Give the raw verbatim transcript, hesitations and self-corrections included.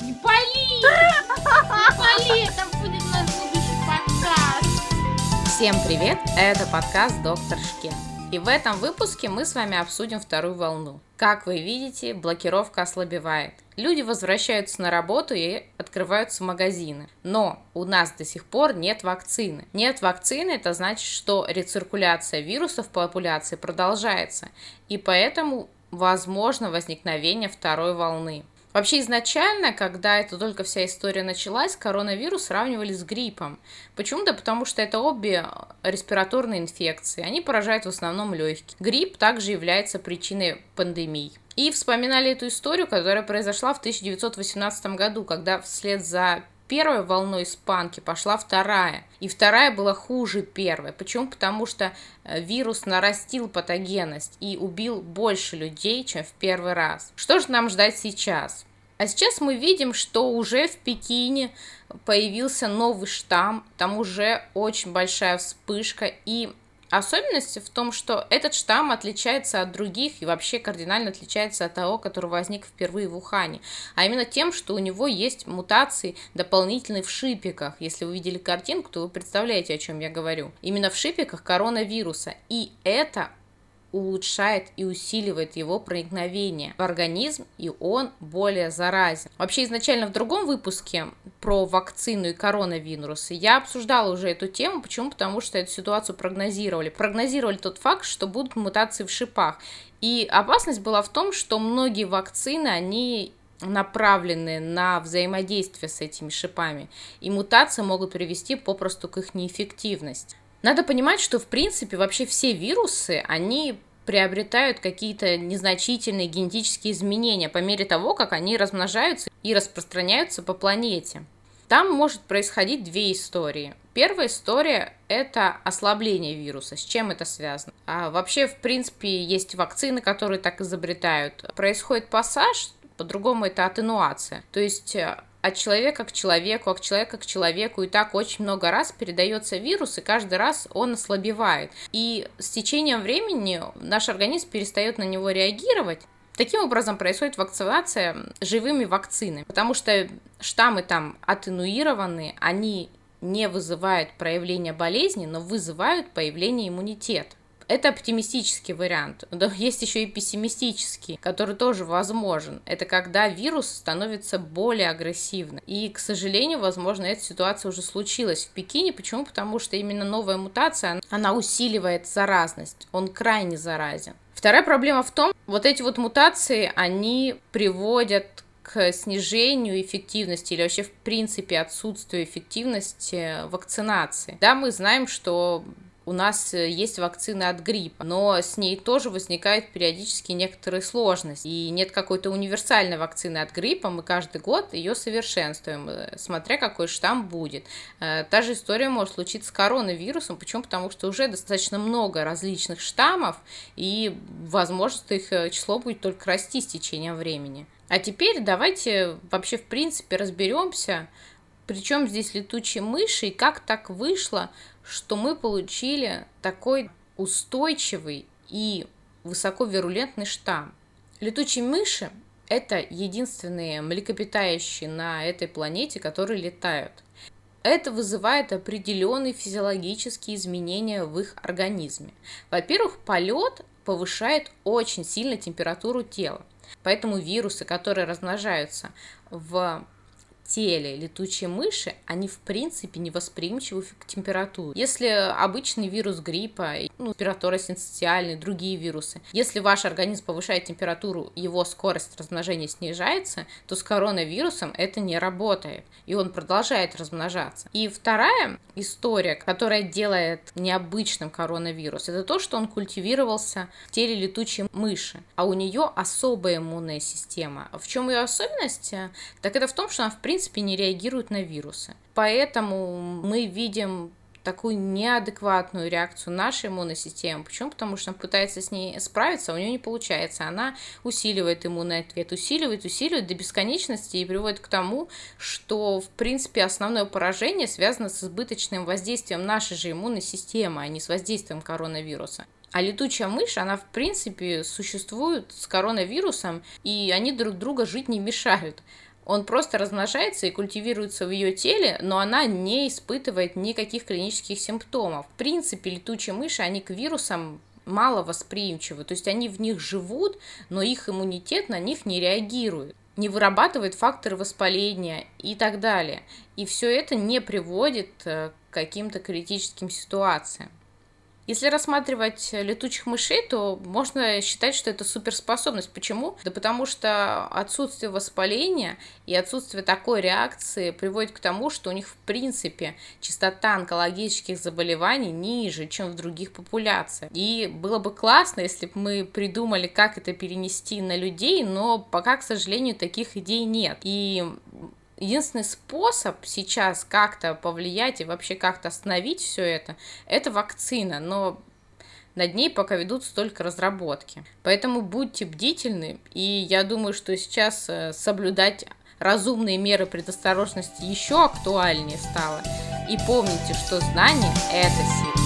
Не пали! Не пали! Это будет наш будущий подкаст! Всем привет! Это подкаст «Доктор Шке». И в этом выпуске мы с вами обсудим вторую волну. Как вы видите, блокировка ослабевает. Люди возвращаются на работу и открываются магазины. Но у нас до сих пор нет вакцины. Нет вакцины, это значит, что рециркуляция вирусов в популяции продолжается. И поэтому возможно возникновение второй волны. Вообще изначально, когда эта только вся история началась, коронавирус сравнивали с гриппом. Почему? Да потому что это обе респираторные инфекции. Они поражают в основном легкие. Грипп также является причиной пандемий. И вспоминали эту историю, которая произошла в тысяча девятьсот восемнадцатом году, когда вслед за первой волной испанки пошла вторая. И вторая была хуже первой. Почему? Потому что вирус нарастил патогенность и убил больше людей, чем в первый раз. Что же нам ждать сейчас? А сейчас мы видим, что уже в Пекине появился новый штамм, там уже очень большая вспышка, и особенность в том, что этот штамм отличается от других и вообще кардинально отличается от того, который возник впервые в Ухане, а именно тем, что у него есть мутации дополнительные в шипиках. Если вы видели картинку, то вы представляете, о чем я говорю. Именно в шипиках коронавируса, и это улучшает и усиливает его проникновение в организм, и он более заразен. Вообще, изначально в другом выпуске про вакцину и коронавирусы я обсуждала уже эту тему. Почему? Потому что эту ситуацию прогнозировали. Прогнозировали тот факт, что будут мутации в шипах. И опасность была в том, что многие вакцины, они направлены на взаимодействие с этими шипами, и мутации могут привести попросту к их неэффективности. Надо понимать, что в принципе вообще все вирусы, они приобретают какие-то незначительные генетические изменения по мере того, как они размножаются и распространяются по планете. Там может происходить две истории. Первая история – это ослабление вируса. С чем это связано? А вообще, в принципе, есть вакцины, которые так изобретают. Происходит пассаж, по-другому это атенуация. То есть от человека к человеку, от человека к человеку, и так очень много раз передается вирус, и каждый раз он ослабевает. И с течением времени наш организм перестает на него реагировать. Таким образом происходит вакцинация живыми вакцинами, потому что штаммы там атенуированы, они не вызывают проявления болезни, но вызывают появление иммунитета. Это оптимистический вариант. Но есть еще и пессимистический, который тоже возможен. Это когда вирус становится более агрессивным. И, к сожалению, возможно, эта ситуация уже случилась в Пекине. Почему? Потому что именно новая мутация, она усиливает заразность. Он крайне заразен. Вторая проблема в том, вот эти вот мутации, они приводят к снижению эффективности или вообще в принципе отсутствию эффективности вакцинации. Да, мы знаем, что у нас есть вакцина от гриппа, но с ней тоже возникают периодически некоторые сложности. И нет какой-то универсальной вакцины от гриппа, мы каждый год ее совершенствуем, смотря какой штамм будет. Та же история может случиться с коронавирусом. Почему? Потому что уже достаточно много различных штаммов, и, возможно, их число будет только расти с течением времени. А теперь давайте вообще в принципе разберемся, причем здесь летучие мыши, и как так вышло, что мы получили такой устойчивый и высоковирулентный штамм. Летучие мыши – это единственные млекопитающие на этой планете, которые летают. Это вызывает определенные физиологические изменения в их организме. Во-первых, полет повышает очень сильно температуру тела, поэтому вирусы, которые размножаются в теле летучей мыши, они в принципе не восприимчивы к температуре. Если обычный вирус гриппа, ну, респираторно синцитиальный, другие вирусы, если ваш организм повышает температуру, его скорость размножения снижается, то с коронавирусом это не работает, и он продолжает размножаться. И вторая история, которая делает необычным коронавирус, это то, что он культивировался в теле летучей мыши, а у нее особая иммунная система. В чем ее особенность? Так это в том, что она в принципе В принципе не реагируют на вирусы. Поэтому мы видим такую неадекватную реакцию нашей иммунной системы. Почему? Потому что она пытается с ней справиться, а у нее не получается. Она усиливает иммунный ответ, усиливает, усиливает до бесконечности и приводит к тому, что, в принципе, основное поражение связано с избыточным воздействием нашей же иммунной системы, а не с воздействием коронавируса. А летучая мышь, она, в принципе, существует с коронавирусом, и они друг друга жить не мешают. Он просто размножается и культивируется в ее теле, но она не испытывает никаких клинических симптомов. В принципе, летучие мыши, они к вирусам мало восприимчивы, то есть они в них живут, но их иммунитет на них не реагирует, не вырабатывает факторы воспаления и так далее. И все это не приводит к каким-то критическим ситуациям. Если рассматривать летучих мышей, то можно считать, что это суперспособность. Почему? Да потому что отсутствие воспаления и отсутствие такой реакции приводит к тому, что у них в принципе частота онкологических заболеваний ниже, чем в других популяциях. И было бы классно, если бы мы придумали, как это перенести на людей, но пока, к сожалению, таких идей нет. И единственный способ сейчас как-то повлиять и вообще как-то остановить все это, это вакцина, но над ней пока ведутся только разработки. Поэтому будьте бдительны, и я думаю, что сейчас соблюдать разумные меры предосторожности еще актуальнее стало. И помните, что знание – это сила.